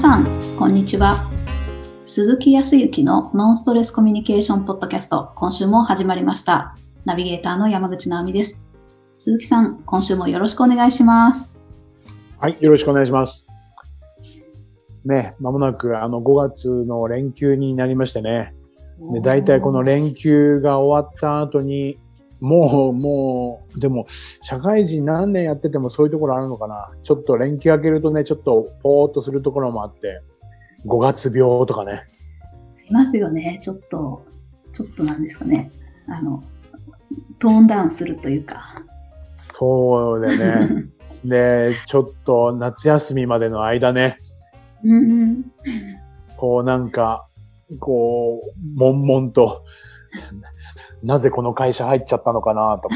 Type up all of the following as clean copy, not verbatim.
さん、こんにちは。鈴木康之のノンストレスコミュニケーションポッドキャスト、今週も始まりました。ナビゲーターの山口直美です。鈴木さん、今週もよろしくお願いします。 はい、よろしくお願いします。ね、まもなく5月の連休になりましてね。で、大体この連休が終わった後に、もう、でも、社会人何年やっててもそういうところあるのかな。ちょっと連休明けるとね、ちょっとぽーっとするところもあって、5月病とかね。 ありますよね。ちょっとなんですかね。トーンダウンするというか。 そうだよね。で、ちょっと夏休みまでの間ね、こうなんか、こう、悶々と、なぜこの会社入っちゃったのかなとか、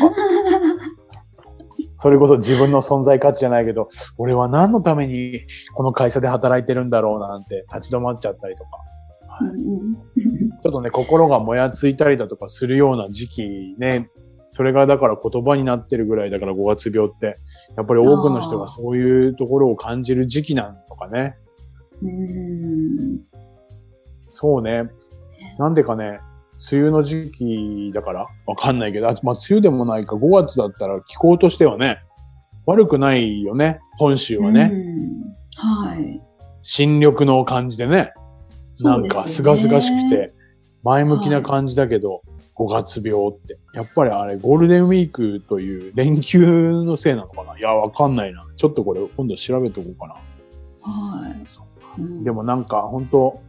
それこそ自分の存在価値じゃないけど、俺は何のためにこの会社で働いてるんだろうなんて立ち止まっちゃったりとか、ちょっとね、心がもやついたりだとかするような時期ね、それがだから言葉になってるぐらいだから5月病って、やっぱり多くの人がそういうところを感じる時期なのかね。そうね。なんでかね、梅雨の時期だからわかんないけど、まあ梅雨でもないか、5月だったら気候としてはね、悪くないよね、本州はね。 はい。 新緑の感じでね、なんか清々しくて前向きな感じだけど、5月病って。やっぱりあれ、ゴールデンウィークという連休のせいなのかな。いや、わかんないな。ちょっとこれ今度調べておこうかな。 はい。 でもなんか本当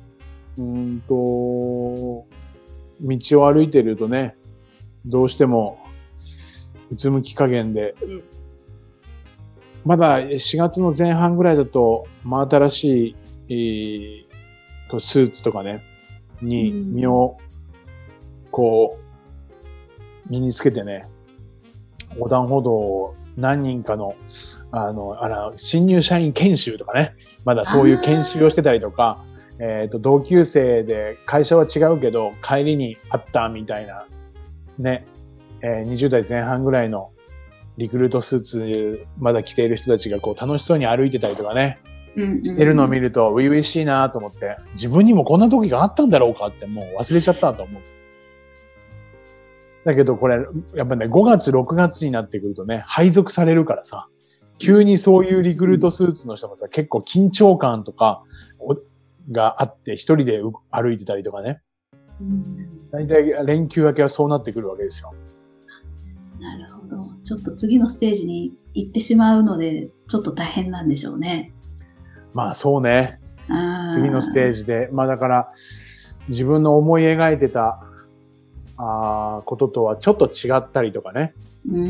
道を歩いてるとね、どうしてもうつむき加減で、まだ4月の前半ぐらいだと真新しい、スーツとかねに身をこう身につけてね、横断歩道を何人かの新入社員研修とかね、まだそういう研修をしてたりとか、同級生で会社は違うけど帰りに会ったみたいなね、20代前半ぐらいのリクルートスーツまだ着ている人たちがこう楽しそうに歩いてたりとかね、してるのを見ると初々しいなと思って、自分にもこんな時があったんだろうかってもう忘れちゃったと思う。だけどこれやっぱね、5月6月になってくるとね、配属されるからさ、急にそういうリクルートスーツの人もさ、結構緊張感とかがあって一人で歩いてたりとかね。大体連休明けはそうなってくるわけですよ。 なるほど。ちょっと次のステージに行ってしまうので、ちょっと大変なんでしょうね。 まあそうね。次のステージで。まあだから自分の思い描いてたこととはちょっと違ったりとかね。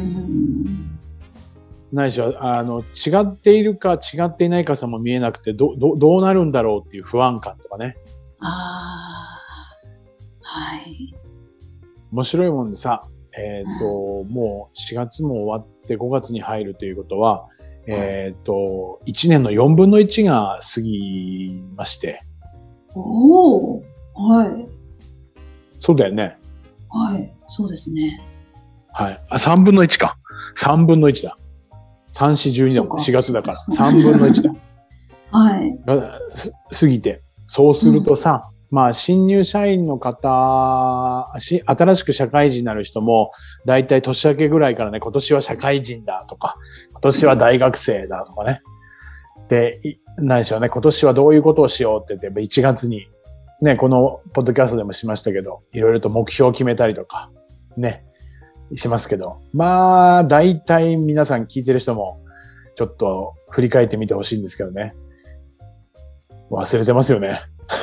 ないしは違っているか違っていないかさも見えなくて、どうなるんだろうっていう不安感とかね。 はい。 面白いもんでさ、もう4月も終わって5月に入るということは、1年の4分の1が過ぎまして。 おー、はい。 そうだよね。 はい、そうですね。 はい。3分の1か。3分の1だ。3、4、12だもん。4月だから。3分の1だ。 はい。 過ぎて。そうするとさ、まあ、新入社員の方、新しく社会人になる人も、だいたい年明けぐらいからね、今年は社会人だとか、今年は大学生だとかね。で、何でしょうね、今年はどういうことをしようって言って、1月に、ね、このポッドキャストでもしましたけど、いろいろと目標を決めたりとか、ね、しますけど、まあ、だいたい皆さん聞いてる人も、ちょっと振り返ってみてほしいんですけどね。忘れてますよね。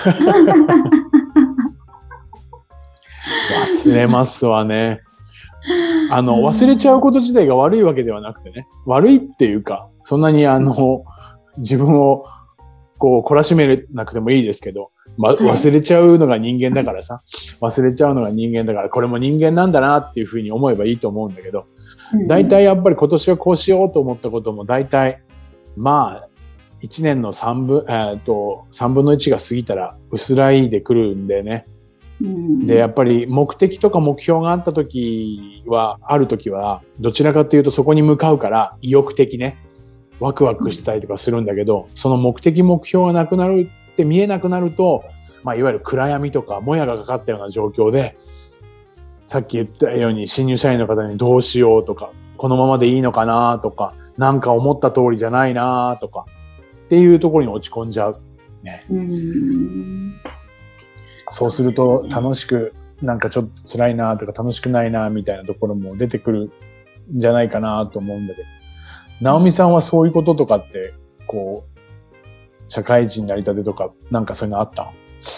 忘れますわね。忘れちゃうこと自体が悪いわけではなくてね。悪いっていうか、そんなに自分をこう懲らしめなくてもいいですけど、忘れちゃうのが人間だからさ、忘れちゃうのが人間だから、これも人間なんだなっていうふうに思えばいいと思うんだけど、大体やっぱり今年はこうしようと思ったことも大体、まあ、1年の3分の1が過ぎたら薄らいでくるんでね。で、やっぱり目的とか目標があった時は、どちらかというとそこに向かうから意欲的ね。 ワクワクしてたりとかするんだけど、その目的目標がなくなるって見えなくなると、いわゆる暗闇とかもやがかかったような状況で、さっき言ったように新入社員の方にどうしようとか、このままでいいのかなとか、なんか思った通りじゃないなとかっていうところに落ち込んじゃうね。そうすると楽しく、なんかちょっと辛いなとか楽しくないなみたいなところも出てくるんじゃないかなと思うんだけど、直美さんはそういうこととかってこう社会人になりたてとかなんかそういうのあった？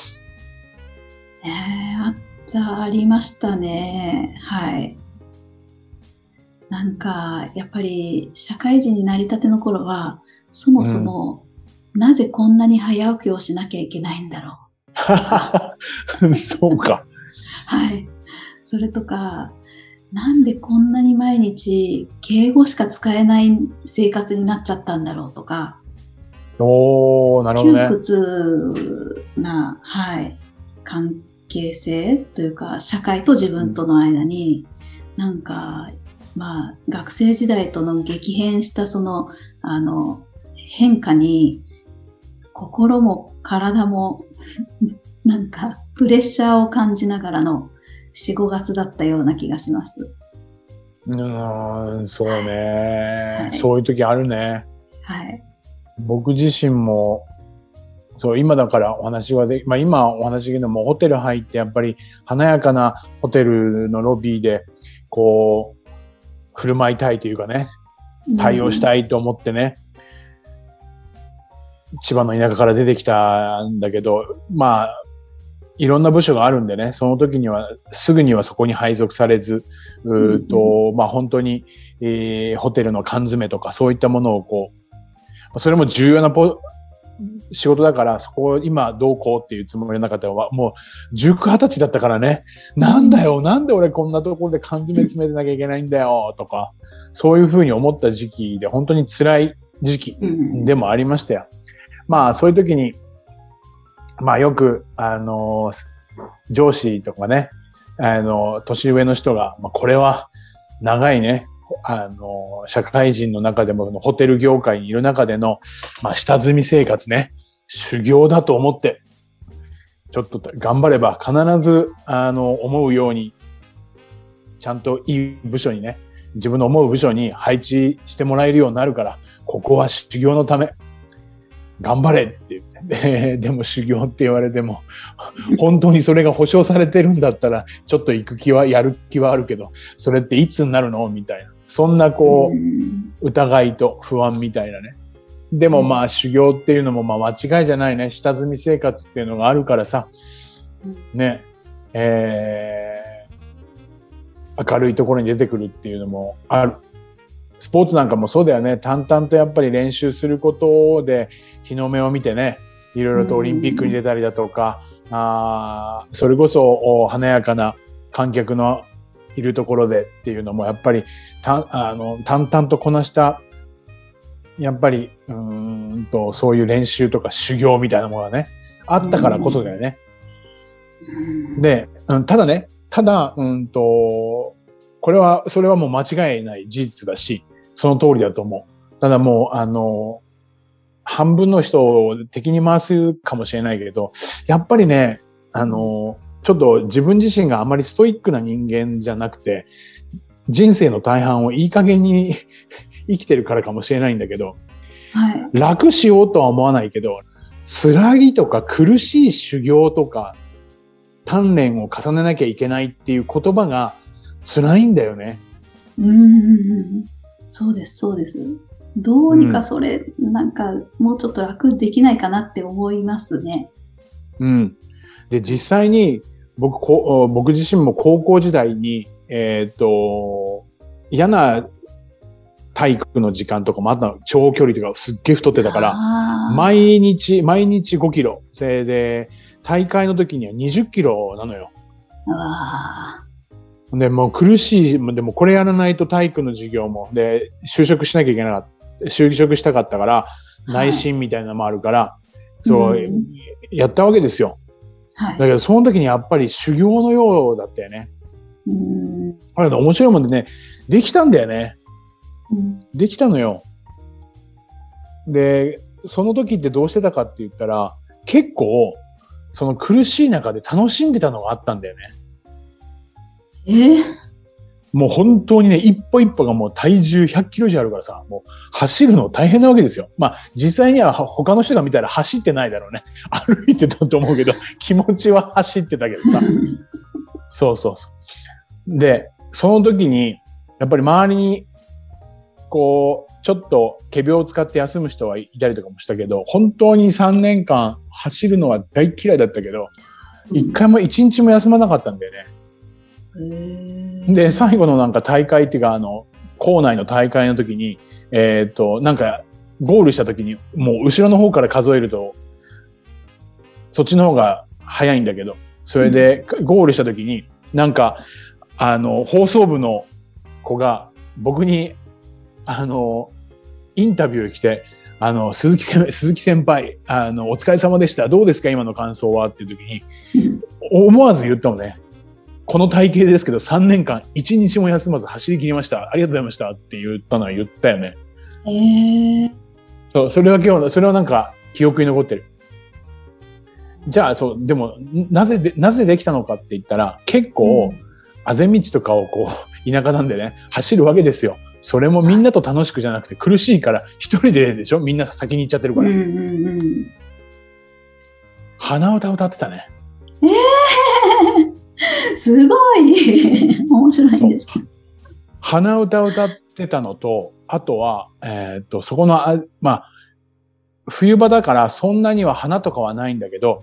ありましたね。はい。なんかやっぱり社会人になりたての頃はそもそも、なぜこんなに早起きをしなきゃいけないんだろう。そうか。 はい。それとか、なんでこんなに毎日敬語しか使えない生活になっちゃったんだろうとか、 なるほどね。 窮屈な、関係性というか、社会と自分との間に、なんか、学生時代との激変したその、変化に、心も体も、なんか、プレッシャーを感じながらの4、5月だったような気がします。 そうね、そういう時あるね。 はい。 僕自身も、今だからお話は今お話できるのもホテル入ってやっぱり華やかなホテルのロビーで、こう、振る舞いたいというかね、対応したいと思ってね、千葉の田舎から出てきたんだけど、いろんな部署があるんでね、その時にはすぐにはそこに配属されず、本当に、ホテルの缶詰とかそういったものをこう、それも重要な仕事だから、そこを今どうこうっていうつもりの中では、もう19、20歳だったからね、なんだよ、なんで俺こんなところで缶詰詰めてなきゃいけないんだよ、とか、そういうふうに思った時期で、本当に辛い時期でもありましたよ。そういう時に、よく、上司とかね、年上の人が、これは長いね、社会人の中でもホテル業界にいる中での、下積み生活ね、修行だと思って、ちょっと頑張れば必ず、思うように、ちゃんといい部署にね、自分の思う部署に配置してもらえるようになるから、ここは修行のため、頑張れって言って。でも修行って言われても、本当にそれが保証されてるんだったら、ちょっとやる気はあるけど、それっていつになるのみたいな。そんな疑いと不安みたいなね。でも修行っていうのも間違いじゃないね。下積み生活っていうのがあるからさ、ね、明るいところに出てくるっていうのもある。スポーツなんかもそうだよね。淡々とやっぱり練習することで日の目を見てね、いろいろとオリンピックに出たりだとか、それこそ華やかな観客のいるところでっていうのもやっぱり淡々とこなした、やっぱりそういう練習とか修行みたいなものがね、あったからこそだよね。で、ただそれはもう間違いない事実だし、その通りだと思う。ただもう、半分の人を敵に回すかもしれないけど、やっぱりね、ちょっと自分自身があまりストイックな人間じゃなくて、人生の大半をいい加減に生きてるからかもしれないんだけど、楽しようとは思わないけど、辛いとか苦しい修行とか、鍛錬を重ねなきゃいけないっていう言葉が辛いんだよね。 そうです、そうです。どうにかそれ、なんかもうちょっと楽できないかなって思いますね。 で、実際に僕自身も高校時代に、嫌な体育の時間とかもあったの。長距離とかすっげえ太ってたから、毎日5キロ。それで、大会の時には20キロなのよ。で、もう苦しい。でもこれやらないと体育の授業も。で、就職したかったから、内申みたいなのもあるから、やったわけですよ。だけど、その時にやっぱり修行のようだったよね。面白いもんでね、できたんだよね。できたのよ。 で、その時ってどうしてたかって言ったら、結構、その苦しい中で楽しんでたのがあったんだよね。もう本当にね、一歩一歩がもう体重100キロ以上あるからさ、もう走るの大変なわけですよ。まあ実際には他の人が見たら走ってないだろうね。歩いてたと思うけど、気持ちは走ってたけどさ。そうそうそう。で、その時に、やっぱり周りに、こう、ちょっと仮病を使って休む人はいたりとかもしたけど、本当に3年間走るのは大嫌いだったけど、一回も一日も休まなかったんだよね。で、最後のなんか大会っていうか、校内の大会の時に、なんか、ゴールした時に、もう後ろの方から数えると、そっちの方が早いんだけど、それで、ゴールした時に、なんか、放送部の子が、僕に、インタビュー来て、鈴木先輩、お疲れ様でした。どうですか今の感想はっていう時に、思わず言ったのね。この体型ですけど3年間1日も休まず走り切りました。ありがとうございましたって言ったのは言ったよね。そう、それはなんか記憶に残ってる。じゃあ、そう、でも、なぜできたのかって言ったら、結構、あぜ道とかをこう、田舎なんでね、走るわけですよ。それもみんなと楽しくじゃなくて苦しいから、一人でしょみんな先に行っちゃってるから。鼻歌歌ってたね。 すごい面白いんですけど。 鼻歌歌ってたのと、あとは、そこの、まあ、冬場だからそんなには花とかはないんだけど、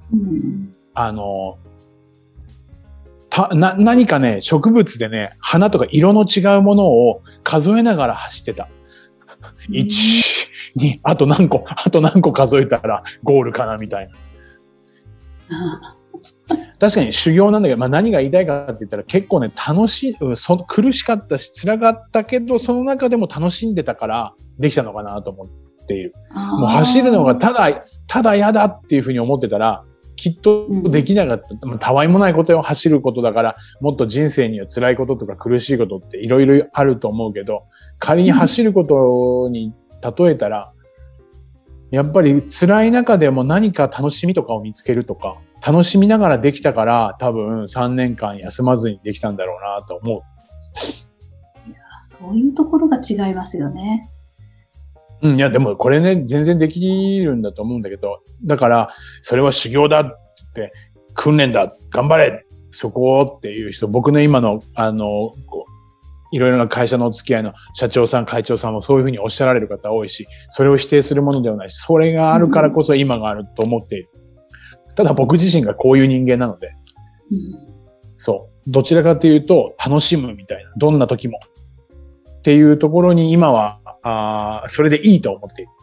何かね、植物でね、花とか色の違うものを数えながら走ってた。1、2、あと何個数えたらゴールかなみたいな。確かに修行なんだけど、まあ何が言いたいかって言ったら結構ね、楽しい、苦しかったし辛かったけど、その中でも楽しんでたからできたのかなと思っている。もう走るのがただ嫌だっていうふうに思ってたら、きっとできなかった。たわいもないことを走ることだから、もっと人生には辛いこととか苦しいことっていろいろあると思うけど、仮に走ることに例えたら、やっぱり辛い中でも何か楽しみとかを見つけるとか、楽しみながらできたから多分3年間休まずにできたんだろうなと思う。 いや、そういうところが違いますよね。 いやでもこれね、全然できるんだと思うんだけど、だからそれは修行だって言って、訓練だ、頑張れ、そこっていう人、僕の今のいろいろな会社のお付き合いの社長さん、会長さんもそういうふうにおっしゃられる方多いし、それを否定するものではないし、それがあるからこそ今があると思っている。ただ僕自身がこういう人間なので、そう、どちらかというと楽しむみたいな、どんな時もっていうところに今はそれでいいと思っている。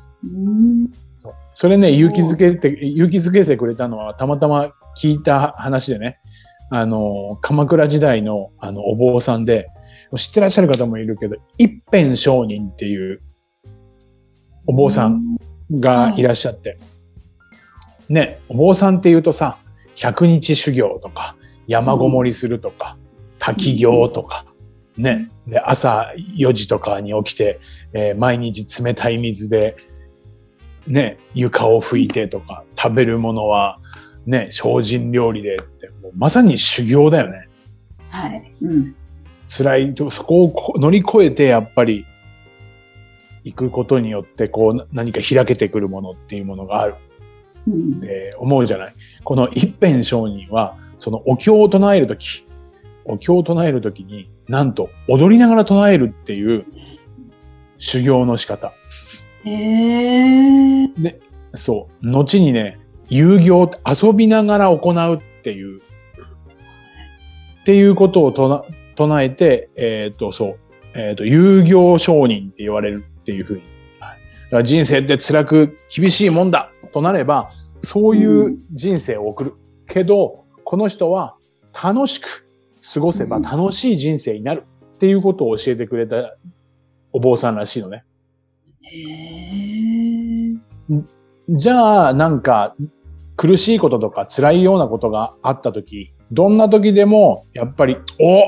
それね、勇気づけてくれたのはたまたま聞いた話でね、鎌倉時代のお坊さんで、知ってらっしゃる方もいるけど、一辺上人っていうお坊さんがいらっしゃって、ね、お坊さんって言うとさ、100日修行とか、山ごもりするとか、滝行とか、ね、で朝4時とかに起きて、毎日冷たい水で、ね、床を拭いてとか、食べるものは、ね、精進料理でって、もうまさに修行だよね。 はい。 辛いと、そこを乗り越えて、やっぱり、行くことによって、こう、何か開けてくるものっていうものがある。って思うじゃない。この一辺上人は、そのお経を唱えるときに、なんと踊りながら唱えるっていう修行の仕方。で、そう。後にね、遊行、遊びながら行うっていうことを唱えて、遊行上人って言われるっていうふうに。だから人生って辛く厳しいもんだとなれば、そういう人生を送る。けど、この人は楽しく過ごせば楽しい人生になるっていうことを教えてくれたお坊さんらしいのね。じゃあ、なんか苦しいこととか辛いようなことがあったとき、どんな時でもやっぱり、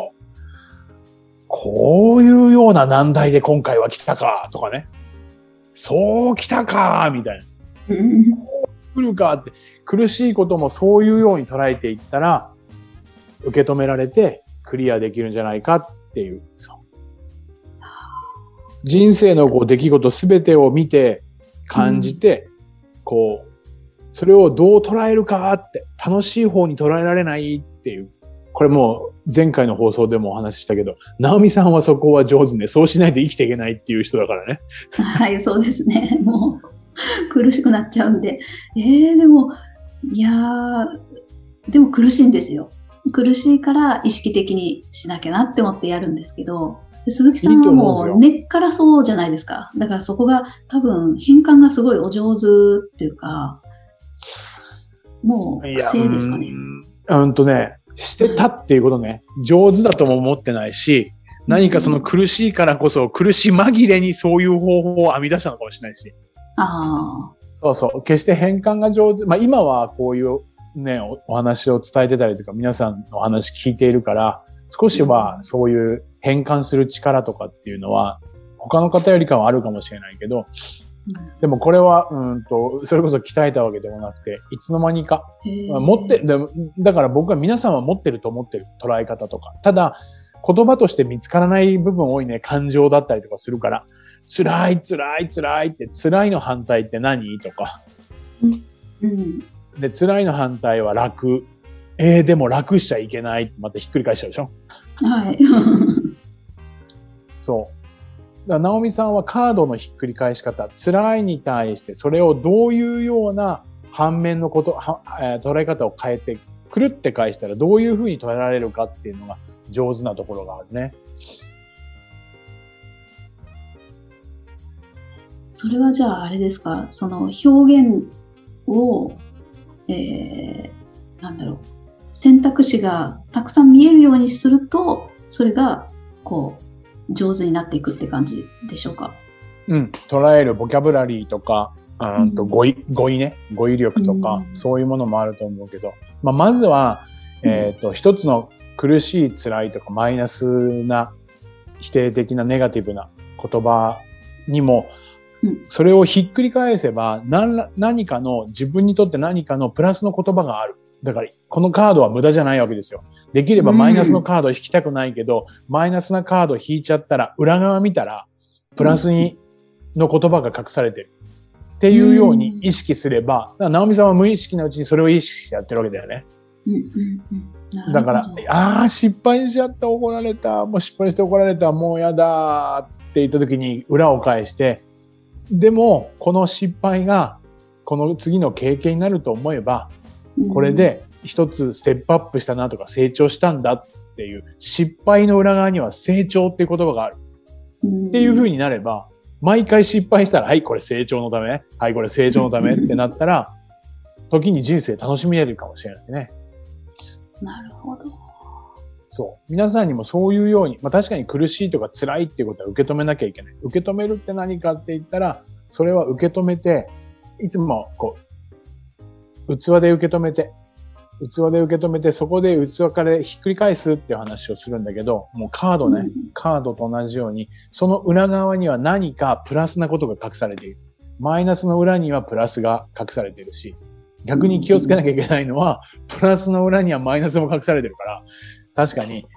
こういうような難題で今回は来たかとかね。 そう来たかみたいな。 うん来るかって、苦しいこともそういうように捉えていったら、受け止められてクリアできるんじゃないかっていう。そう人生のこう出来事すべてを見て、感じて、こう、それをどう捉えるかって、楽しい方に捉えられないっていう。これもう前回の放送でもお話ししたけど、直美さんはそこは上手ね。そうしないと生きていけないっていう人だからね。 はい、そうですね。もう苦しくなっちゃうんで。でも、いやでも苦しいんですよ。苦しいから意識的にしなきゃなって思ってやるんですけど、鈴木さんはもう根っからそうじゃないですか。だからそこが多分変換がすごいお上手っていうか、もう癖ですかね。 してたっていうことね。上手だとも思ってないし、何かその苦しいからこそ、苦し紛れにそういう方法を編み出したのかもしれないし。そうそう。決して変換が上手。まあ今はこういうね、お話を伝えてたりとか、皆さんのお話聞いているから、少しはそういう変換する力とかっていうのは、他の方よりかはあるかもしれないけど、でもこれは、それこそ鍛えたわけでもなくて、いつの間にか、持ってる、だから僕は皆さんは持ってると思ってる捉え方とか。ただ、言葉として見つからない部分多いね、感情だったりとかするから、辛いって、辛いの反対って何とか。で、辛いの反対は楽。でも楽しちゃいけないってまたひっくり返しちゃうでしょ？ はい。 そう。だから直美さんはカードのひっくり返し方、辛いに対してそれをどういうような反面の捉え方を変えて、くるって返したらどういうふうに捉えられるかっていうのが上手なところがあるね。 それはじゃああれですか、その表現を、選択肢がたくさん見えるようにすると、それがこう上手になっていくって感じでしょうか？ 捉えるボキャブラリーとか、語彙力とか、そういうものもあると思うけど、まずは、一つの苦しい、辛いとか、マイナスな、否定的な、ネガティブな言葉にも、それをひっくり返せば、何かの、自分にとって何かのプラスの言葉がある。だから、このカードは無駄じゃないわけですよ。できればマイナスのカードを引きたくないけど、マイナスなカードを引いちゃったら、裏側見たら、プラスの言葉が隠されてる。っていうように意識すれば、直美さんは無意識のうちにそれを意識してやってるわけだよね。だから、失敗しちゃった、怒られた、もう失敗して怒られた、もうやだって言った時に裏を返して、でも、この失敗が、この次の経験になると思えば、これで一つステップアップしたなとか成長したんだっていう、失敗の裏側には成長っていう言葉がある。っていう風になれば、毎回失敗したら、はい、これ成長のため、はい、これ成長のためってなったら、時に人生楽しみれるかもしれないね。 なるほど。 そう。皆さんにもそういうように、確かに苦しいとか辛いっていうことは受け止めなきゃいけない。受け止めるって何かって言ったら、それは受け止めて、いつも器で受け止めて、そこで器からひっくり返すっていう話をするんだけど、もうカードね、カードと同じように、その裏側には何かプラスなことが隠されている。マイナスの裏にはプラスが隠されているし、逆に気をつけなきゃいけないのは、プラスの裏にはマイナスも隠されてるから、確かに、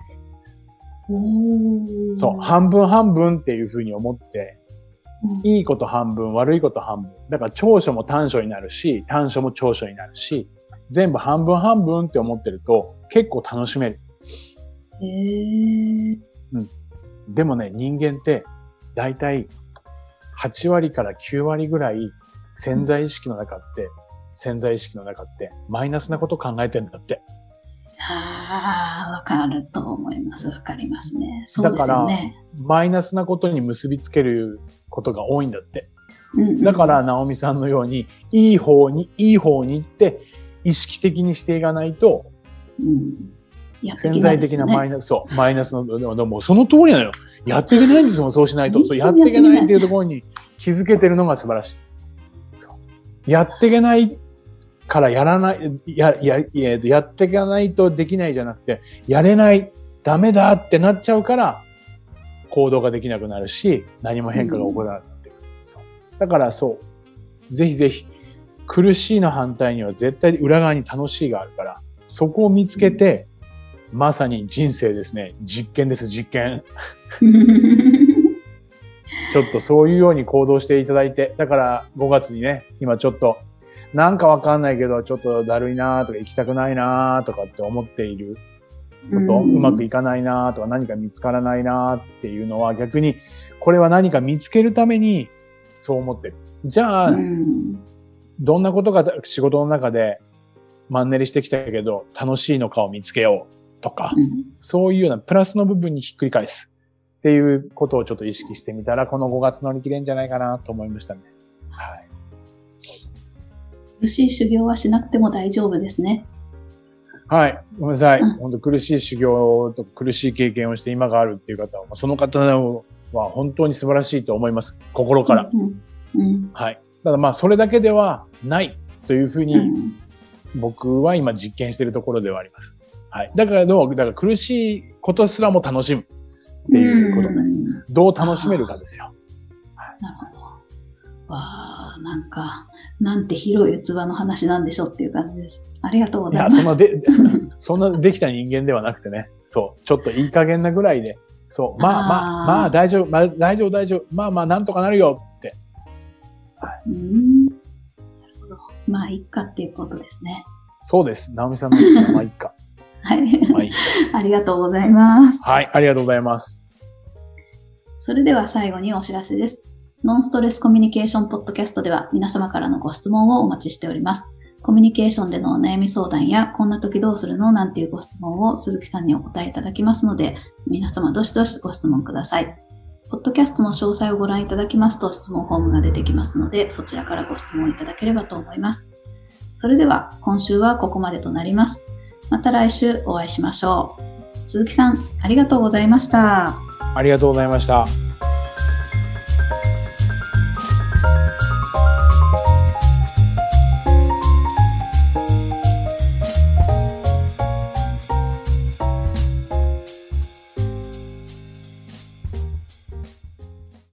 そう、半分半分っていうふうに思って、いいこと半分、悪いこと半分。だから長所も短所になるし、短所も長所になるし、全部半分半分って思ってると結構楽しめる。でもね、人間ってだいたい8割から9割ぐらい潜在意識の中ってマイナスなこと考えてんだって。 わかると思います。わかりますね。そうですよね。 だから、マイナスなことに結びつけることが多いんだって。だから、直美さんのように、いい方に行って、意識的にしていかないと、潜在的なマイナスの、もうその通りなのよ。やっていけないんですもん、そうしないと。そう、やっていけないっていうところに気づけてるのが素晴らしい。やっていけないからやらない、やっていかないとできないじゃなくて、やれない、ダメだってなっちゃうから、行動ができなくなるし、何も変化が起こらなくなってくる。 だからそう、ぜひぜひ、苦しいの反対には絶対裏側に楽しいがあるから、そこを見つけて、まさに人生ですね。実験です、実験。ちょっとそういうように行動していただいて、だから5月にね、今ちょっと、なんかわかんないけど、ちょっとだるいなとか行きたくないなとかって思っていること、うまくいかないなとか何か見つからないなっていうのは逆に、これは何か見つけるためにそう思ってる。じゃあ、どんなことが仕事の中でマンネリしてきたけど楽しいのかを見つけようとか、そういうようなプラスの部分にひっくり返すっていうことをちょっと意識してみたら、この5月乗り切れんじゃないかなと思いましたね。はい。 苦しい修行はしなくても大丈夫ですね。 はい。ごめんなさい。本当苦しい修行と苦しい経験をして今があるっていう方は、その方は本当に素晴らしいと思います。心から。はい。ただまあそれだけではないというふうに僕は今実験しているところではあります。はい。だから苦しいことすらも楽しむっていうことね。どう楽しめるかですよ。 はい、なるほど。わあ、なんて広い器の話なんでしょうっていう感じです。ありがとうございます。 いや、そんなできた人間ではなくてね。そう。ちょっといい加減なぐらいで。そう。まあ大丈夫。大丈夫。まあなんとかなるよって。 はい、なるほど。まあいっかっていうことですね。 そうです。直美さんのですね。まあいっか。 はい。ありがとうございます。 はい。ありがとうございます。 それでは最後にお知らせです。ノンストレスコミュニケーションポッドキャストでは皆様からのご質問をお待ちしております。コミュニケーションでのお悩み相談や、こんな時どうするのなんていうご質問を鈴木さんにお答えいただきますので、皆様どしどしご質問ください。ポッドキャストの詳細をご覧いただきますと質問フォームが出てきますので、そちらからご質問いただければと思います。それでは今週はここまでとなります。また来週お会いしましょう。鈴木さん、ありがとうございました。 ありがとうございました。